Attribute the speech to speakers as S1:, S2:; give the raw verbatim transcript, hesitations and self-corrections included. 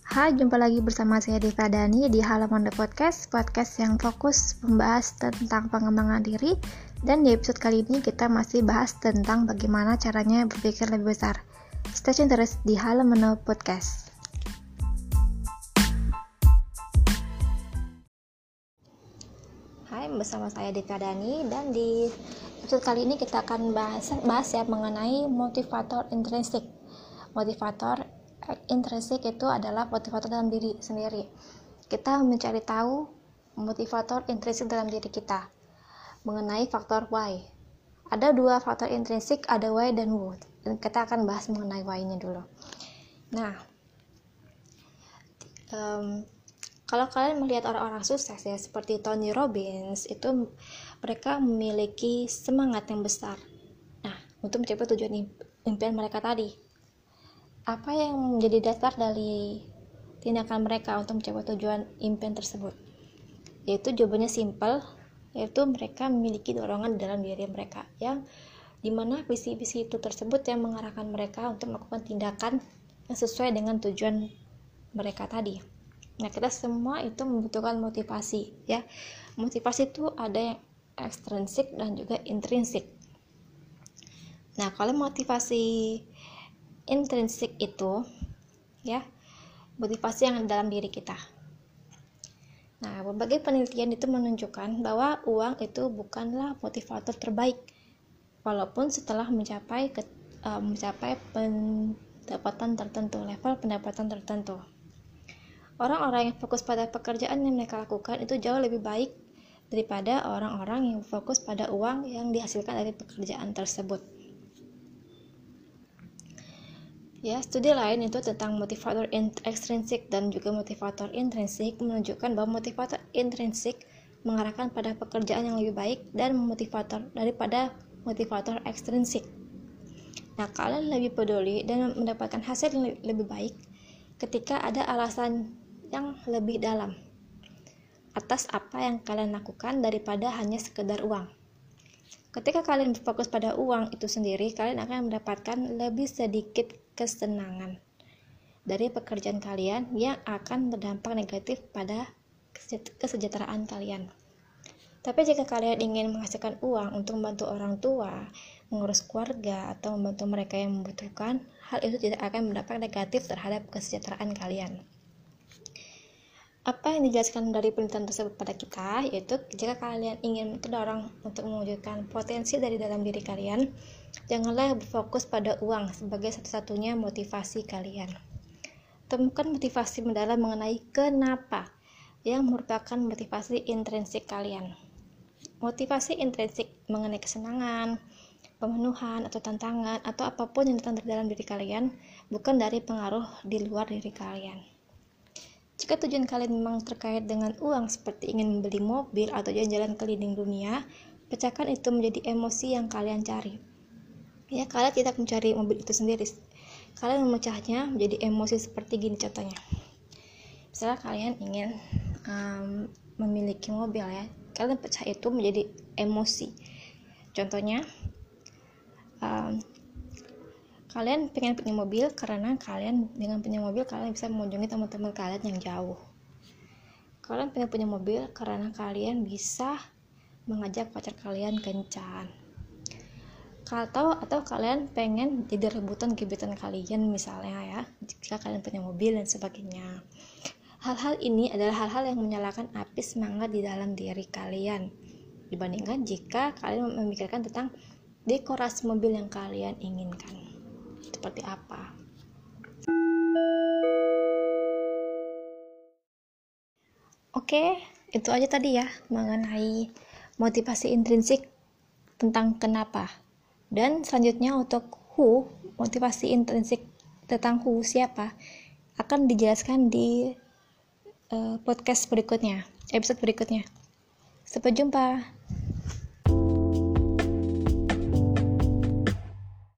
S1: Hai, jumpa lagi bersama saya Deva Dani di Halaman The Podcast, podcast yang fokus membahas tentang pengembangan diri. Dan di episode kali ini kita masih bahas tentang bagaimana caranya berpikir lebih besar. Stay tune terus di Halaman The Podcast. Hai, bersama saya Deva Dani, dan di episode kali ini kita akan bahas, bahas ya mengenai motivator intrinsik. Motivator intrinsik itu adalah motivator dalam diri sendiri. Kita mencari tahu motivator intrinsik dalam diri kita mengenai faktor why. Ada dua faktor intrinsik, ada why dan who. Dan kita akan bahas mengenai why-nya dulu. Nah, um, kalau kalian melihat orang-orang sukses ya seperti Tony Robbins, itu mereka memiliki semangat yang besar. Nah, untuk mencapai tujuan impian mereka tadi. Apa yang menjadi dasar dari tindakan mereka untuk mencapai tujuan impian tersebut? Yaitu jawabannya simple, yaitu mereka memiliki dorongan dalam diri mereka, yang dimana visi-visi itu tersebut yang mengarahkan mereka untuk melakukan tindakan yang sesuai dengan tujuan mereka tadi. Nah, kita semua itu membutuhkan motivasi, ya. Motivasi itu ada yang ekstrinsik dan juga intrinsik. Nah, kalau motivasi intrinsik itu ya motivasi yang dalam diri kita. Nah, berbagai penelitian itu menunjukkan bahwa uang itu bukanlah motivator terbaik, walaupun setelah mencapai ke, uh, mencapai pendapatan tertentu, level pendapatan tertentu. Orang-orang yang fokus pada pekerjaan yang mereka lakukan itu jauh lebih baik daripada orang-orang yang fokus pada uang yang dihasilkan dari pekerjaan tersebut. Ya, studi lain itu tentang motivator ekstrinsik dan juga motivator intrinsik menunjukkan bahwa motivator intrinsik mengarahkan pada pekerjaan yang lebih baik dan motivator daripada motivator ekstrinsik. Nah, kalian lebih peduli dan mendapatkan hasil yang lebih baik ketika ada alasan yang lebih dalam atas apa yang kalian lakukan daripada hanya sekedar uang. Ketika kalian berfokus pada uang itu sendiri, kalian akan mendapatkan lebih sedikit kesenangan dari pekerjaan kalian yang akan berdampak negatif pada kesejahteraan kalian. Tapi jika kalian ingin menghasilkan uang untuk membantu orang tua, mengurus keluarga, atau membantu mereka yang membutuhkan, hal itu tidak akan berdampak negatif terhadap kesejahteraan kalian. Apa yang dijelaskan dari penelitian tersebut pada kita, yaitu jika kalian ingin terdorong untuk mewujudkan potensi dari dalam diri kalian, janganlah berfokus pada uang sebagai satu-satunya motivasi kalian. Temukan motivasi mendalam mengenai kenapa, yang merupakan motivasi intrinsik kalian. Motivasi intrinsik mengenai kesenangan, pemenuhan, atau tantangan, atau apapun yang datang dari dalam diri kalian, bukan dari pengaruh di luar diri kalian. Jika tujuan kalian memang terkait dengan uang seperti ingin membeli mobil atau jalan-jalan keliling dunia, pecahkan itu menjadi emosi yang kalian cari. Ya, kalian tidak mencari mobil itu sendiri. Kalian memecahnya menjadi emosi seperti gini contohnya. Misalnya kalian ingin um, memiliki mobil ya, kalian pecah itu menjadi emosi. Contohnya, um, kalian pengen punya mobil karena kalian dengan punya mobil kalian bisa mengunjungi teman-teman kalian yang jauh. Kalian pengen punya mobil karena kalian bisa mengajak pacar kalian kencan. Atau atau kalian pengen jadi rebutan gebetan kalian misalnya ya, jika kalian punya mobil dan sebagainya. Hal-hal ini adalah hal-hal yang menyalakan api semangat di dalam diri kalian dibandingkan jika kalian memikirkan tentang dekorasi mobil yang kalian inginkan seperti apa. Oke, itu aja tadi ya mengenai motivasi intrinsik tentang kenapa. Dan selanjutnya untuk who, motivasi intrinsik tentang who siapa, akan dijelaskan di uh, podcast berikutnya, episode berikutnya. Sampai jumpa.